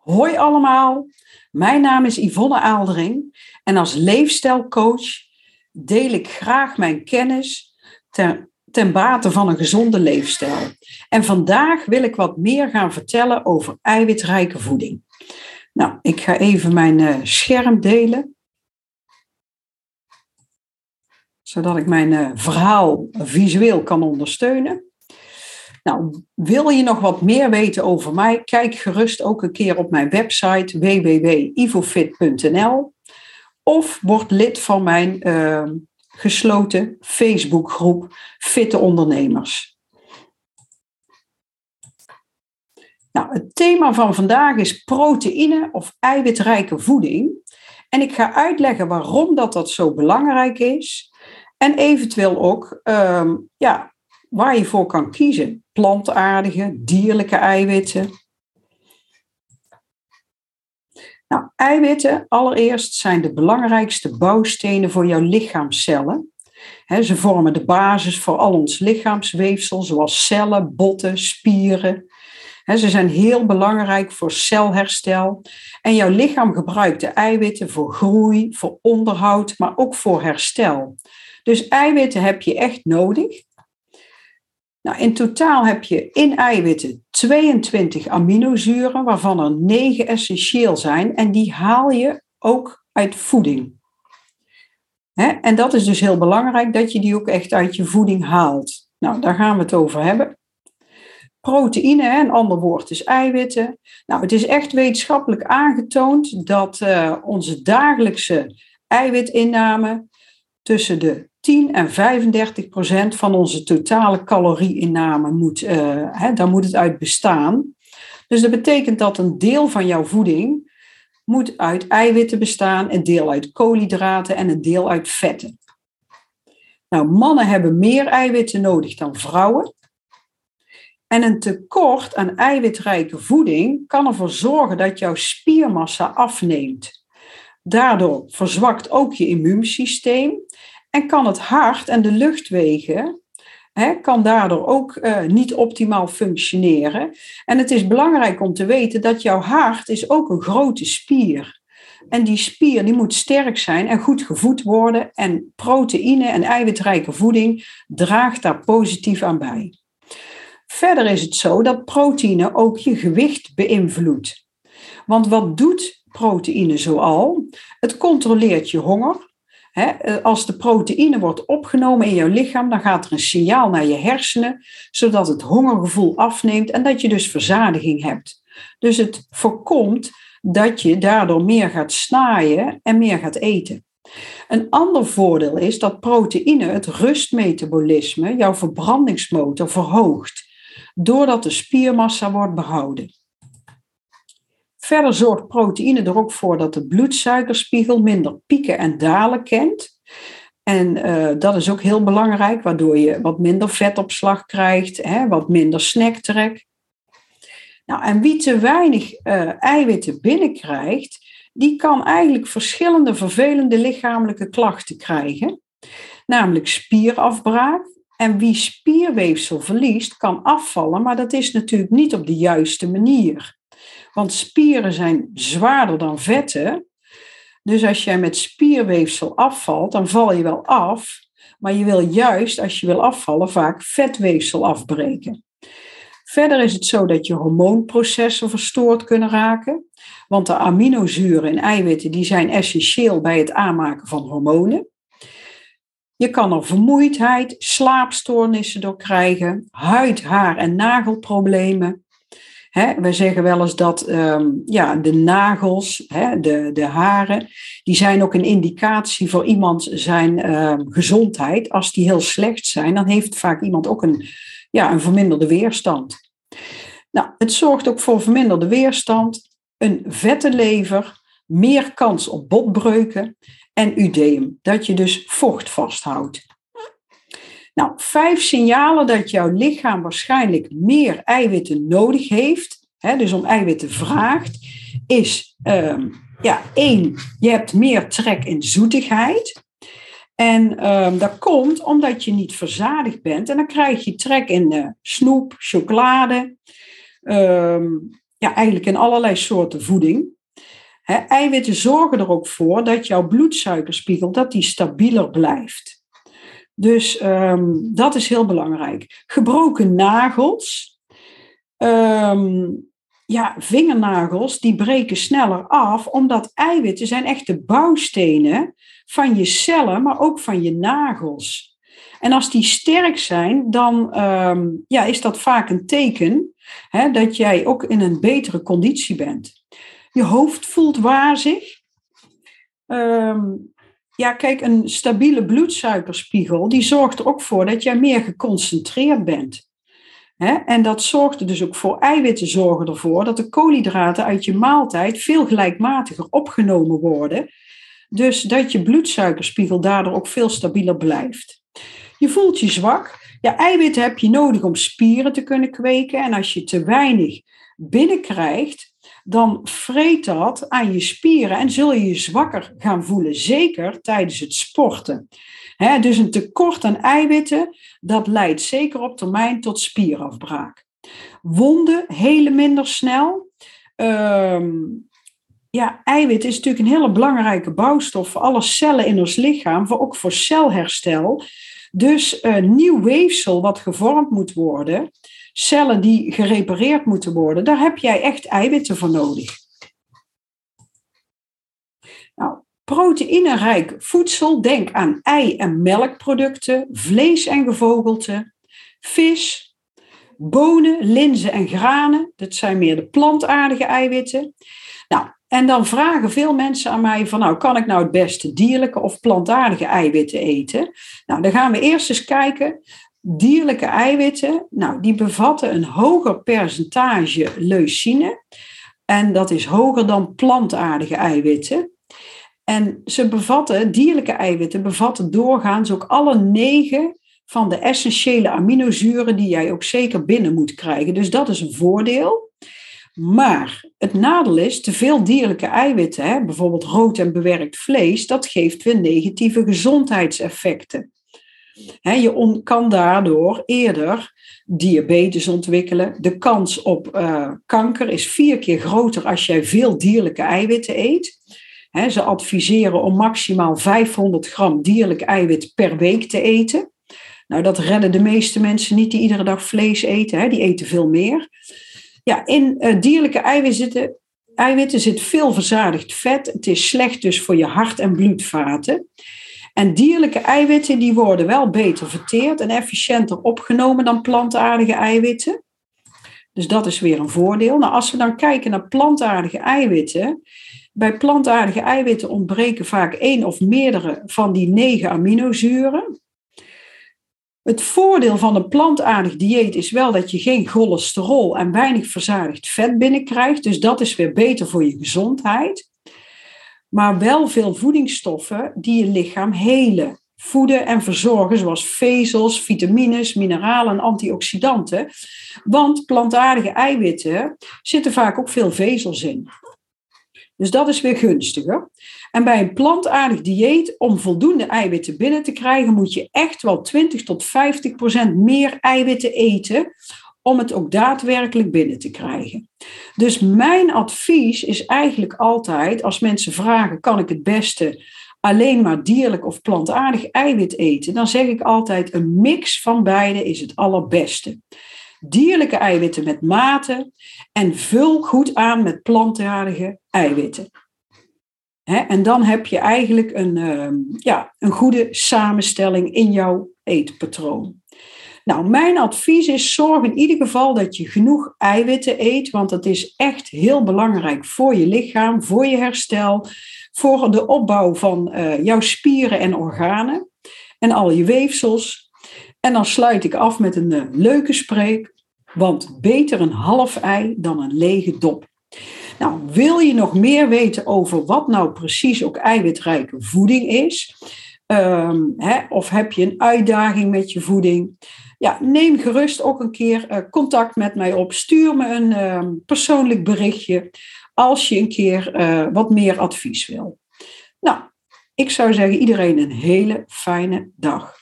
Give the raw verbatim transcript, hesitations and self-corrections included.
Hoi allemaal, mijn naam is Yvonne Aaldering en als leefstijlcoach deel ik graag mijn kennis ten, ten bate van een gezonde leefstijl. En vandaag wil ik wat meer gaan vertellen over eiwitrijke voeding. Nou, ik ga even mijn uh, scherm delen, zodat ik mijn uh, verhaal visueel kan ondersteunen. Nou, wil je nog wat meer weten over mij? Kijk gerust ook een keer op mijn website w w w punt ivofit punt n l of word lid van mijn uh, gesloten Facebookgroep Fitte Ondernemers. Nou, het thema van vandaag is proteïne of eiwitrijke voeding. En ik ga uitleggen waarom dat, dat zo belangrijk is. En eventueel ook uh, ja, waar je voor kan kiezen. Plantaardige, dierlijke eiwitten. Nou, eiwitten allereerst zijn de belangrijkste bouwstenen voor jouw lichaamscellen. He, ze vormen de basis voor al ons lichaamsweefsel, zoals cellen, botten, spieren. He, ze zijn heel belangrijk voor celherstel. En jouw lichaam gebruikt de eiwitten voor groei, voor onderhoud, maar ook voor herstel. Dus eiwitten heb je echt nodig. Nou, in totaal heb je in eiwitten tweeëntwintig aminozuren, waarvan er negen essentieel zijn. En die haal je ook uit voeding. He, en dat is dus heel belangrijk, dat je die ook echt uit je voeding haalt. Nou, daar gaan we het over hebben. Proteïne, een ander woord is eiwitten. Nou, het is echt wetenschappelijk aangetoond dat uh, onze dagelijkse eiwitinname tussen de tien en vijfendertig procent van onze totale calorieinname moet, uh, hè, daar moet het uit bestaan. Dus dat betekent dat een deel van jouw voeding moet uit eiwitten bestaan, een deel uit koolhydraten en een deel uit vetten. Nou, mannen hebben meer eiwitten nodig dan vrouwen. En een tekort aan eiwitrijke voeding kan ervoor zorgen dat jouw spiermassa afneemt. Daardoor verzwakt ook je immuunsysteem. En kan het hart en de luchtwegen, hè, kan daardoor ook uh, niet optimaal functioneren. En het is belangrijk om te weten dat jouw hart is ook een grote spier. En die spier die moet sterk zijn en goed gevoed worden. En proteïne en eiwitrijke voeding draagt daar positief aan bij. Verder is het zo dat proteïne ook je gewicht beïnvloedt. Want wat doet proteïne zoal? Het controleert je honger. He, als de proteïne wordt opgenomen in jouw lichaam, dan gaat er een signaal naar je hersenen, zodat het hongergevoel afneemt en dat je dus verzadiging hebt. Dus het voorkomt dat je daardoor meer gaat snaaien en meer gaat eten. Een ander voordeel is dat proteïne het rustmetabolisme, jouw verbrandingsmotor, verhoogt, doordat de spiermassa wordt behouden. Verder zorgt proteïne er ook voor dat de bloedsuikerspiegel minder pieken en dalen kent. En uh, dat is ook heel belangrijk, waardoor je wat minder vetopslag krijgt, hè, wat minder snacktrek. Nou, en wie te weinig uh, eiwitten binnenkrijgt, die kan eigenlijk verschillende vervelende lichamelijke klachten krijgen. Namelijk spierafbraak. En wie spierweefsel verliest, kan afvallen, maar dat is natuurlijk niet op de juiste manier. Want spieren zijn zwaarder dan vetten. Dus als jij met spierweefsel afvalt, dan val je wel af. Maar je wil juist, als je wil afvallen, vaak vetweefsel afbreken. Verder is het zo dat je hormoonprocessen verstoord kunnen raken. Want de aminozuren in eiwitten die zijn essentieel bij het aanmaken van hormonen. Je kan er vermoeidheid, slaapstoornissen door krijgen, huid, haar en nagelproblemen. He, wij zeggen wel eens dat um, ja, de nagels, he, de, de haren, die zijn ook een indicatie voor iemand zijn um, gezondheid. Als die heel slecht zijn, dan heeft vaak iemand ook een, ja, een verminderde weerstand. Nou, het zorgt ook voor verminderde weerstand, een vette lever, meer kans op botbreuken en udeem, dat je dus vocht vasthoudt. Nou, vijf signalen dat jouw lichaam waarschijnlijk meer eiwitten nodig heeft, hè, dus om eiwitten vraagt, is um, ja, één, je hebt meer trek in zoetigheid. En um, dat komt omdat je niet verzadigd bent en dan krijg je trek in uh, snoep, chocolade. Um, ja, eigenlijk in allerlei soorten voeding. He, eiwitten zorgen er ook voor dat jouw bloedsuikerspiegel dat die stabieler blijft. Dus um, dat is heel belangrijk. Gebroken nagels. Um, ja, vingernagels die breken sneller af, omdat eiwitten zijn echt de bouwstenen van je cellen, maar ook van je nagels. En als die sterk zijn, dan um, ja, is dat vaak een teken hè, dat jij ook in een betere conditie bent. Je hoofd voelt wazig. Um, ja, kijk, een stabiele bloedsuikerspiegel, die zorgt er ook voor dat jij meer geconcentreerd bent. He, en dat zorgt er dus ook voor, eiwitten zorgen ervoor dat de koolhydraten uit je maaltijd veel gelijkmatiger opgenomen worden. Dus dat je bloedsuikerspiegel daardoor ook veel stabieler blijft. Je voelt je zwak. Ja, eiwitten heb je nodig om spieren te kunnen kweken. En als je te weinig binnenkrijgt, dan vreet dat aan je spieren en zul je je zwakker gaan voelen. Zeker tijdens het sporten. He, dus een tekort aan eiwitten, dat leidt zeker op termijn tot spierafbraak. Wonden helen minder snel. Um, ja, eiwit is natuurlijk een hele belangrijke bouwstof voor alle cellen in ons lichaam, voor, ook voor celherstel. Dus uh, nieuw weefsel wat gevormd moet worden, cellen die gerepareerd moeten worden, daar heb jij echt eiwitten voor nodig. Nou, proteïnerijk voedsel, denk aan ei- en melkproducten, vlees en gevogelte, vis, bonen, linzen en granen. Dat zijn meer de plantaardige eiwitten. Nou, en dan vragen veel mensen aan mij van, nou, kan ik nou het beste dierlijke of plantaardige eiwitten eten? Nou, dan gaan we eerst eens kijken. Dierlijke eiwitten, nou, die bevatten een hoger percentage leucine. En dat is hoger dan plantaardige eiwitten. En ze bevatten, dierlijke eiwitten bevatten doorgaans ook alle negen van de essentiële aminozuren die jij ook zeker binnen moet krijgen. Dus dat is een voordeel. Maar het nadeel is, te veel dierlijke eiwitten, hè, bijvoorbeeld rood en bewerkt vlees, dat geeft weer negatieve gezondheidseffecten. He, je on, kan daardoor eerder diabetes ontwikkelen. De kans op uh, kanker is vier keer groter als jij veel dierlijke eiwitten eet. He, ze adviseren om maximaal vijfhonderd gram dierlijk eiwit per week te eten. Nou, dat redden de meeste mensen niet die iedere dag vlees eten. He, die eten veel meer. Ja, in uh, dierlijke eiwitten zitten, eiwitten zit veel verzadigd vet. Het is slecht dus voor je hart- en bloedvaten. En dierlijke eiwitten die worden wel beter verteerd en efficiënter opgenomen dan plantaardige eiwitten. Dus dat is weer een voordeel. Nou, als we dan kijken naar plantaardige eiwitten. Bij plantaardige eiwitten ontbreken vaak één of meerdere van die negen aminozuren. Het voordeel van een plantaardig dieet is wel dat je geen cholesterol en weinig verzadigd vet binnenkrijgt. Dus dat is weer beter voor je gezondheid. Maar wel veel voedingsstoffen die je lichaam helen, voeden en verzorgen, zoals vezels, vitamines, mineralen en antioxidanten. Want plantaardige eiwitten zitten vaak ook veel vezels in. Dus dat is weer gunstiger. En bij een plantaardig dieet, om voldoende eiwitten binnen te krijgen, moet je echt wel twintig tot vijftig procent meer eiwitten eten, om het ook daadwerkelijk binnen te krijgen. Dus mijn advies is eigenlijk altijd, als mensen vragen, kan ik het beste alleen maar dierlijk of plantaardig eiwit eten? Dan zeg ik altijd, een mix van beide is het allerbeste. Dierlijke eiwitten met mate en vul goed aan met plantaardige eiwitten. He, en dan heb je eigenlijk een, uh, ja, een goede samenstelling in jouw eetpatroon. Nou, mijn advies is, zorg in ieder geval dat je genoeg eiwitten eet, want dat is echt heel belangrijk voor je lichaam, voor je herstel, voor de opbouw van uh, jouw spieren en organen en al je weefsels. En dan sluit ik af met een uh, leuke spreek, want beter een half ei dan een lege dop. Nou, wil je nog meer weten over wat nou precies ook eiwitrijke voeding is? Um, hè, of heb je een uitdaging met je voeding? Ja, neem gerust ook een keer uh, contact met mij op. Stuur me een uh, persoonlijk berichtje als je een keer uh, wat meer advies wil. Nou, ik zou zeggen iedereen een hele fijne dag.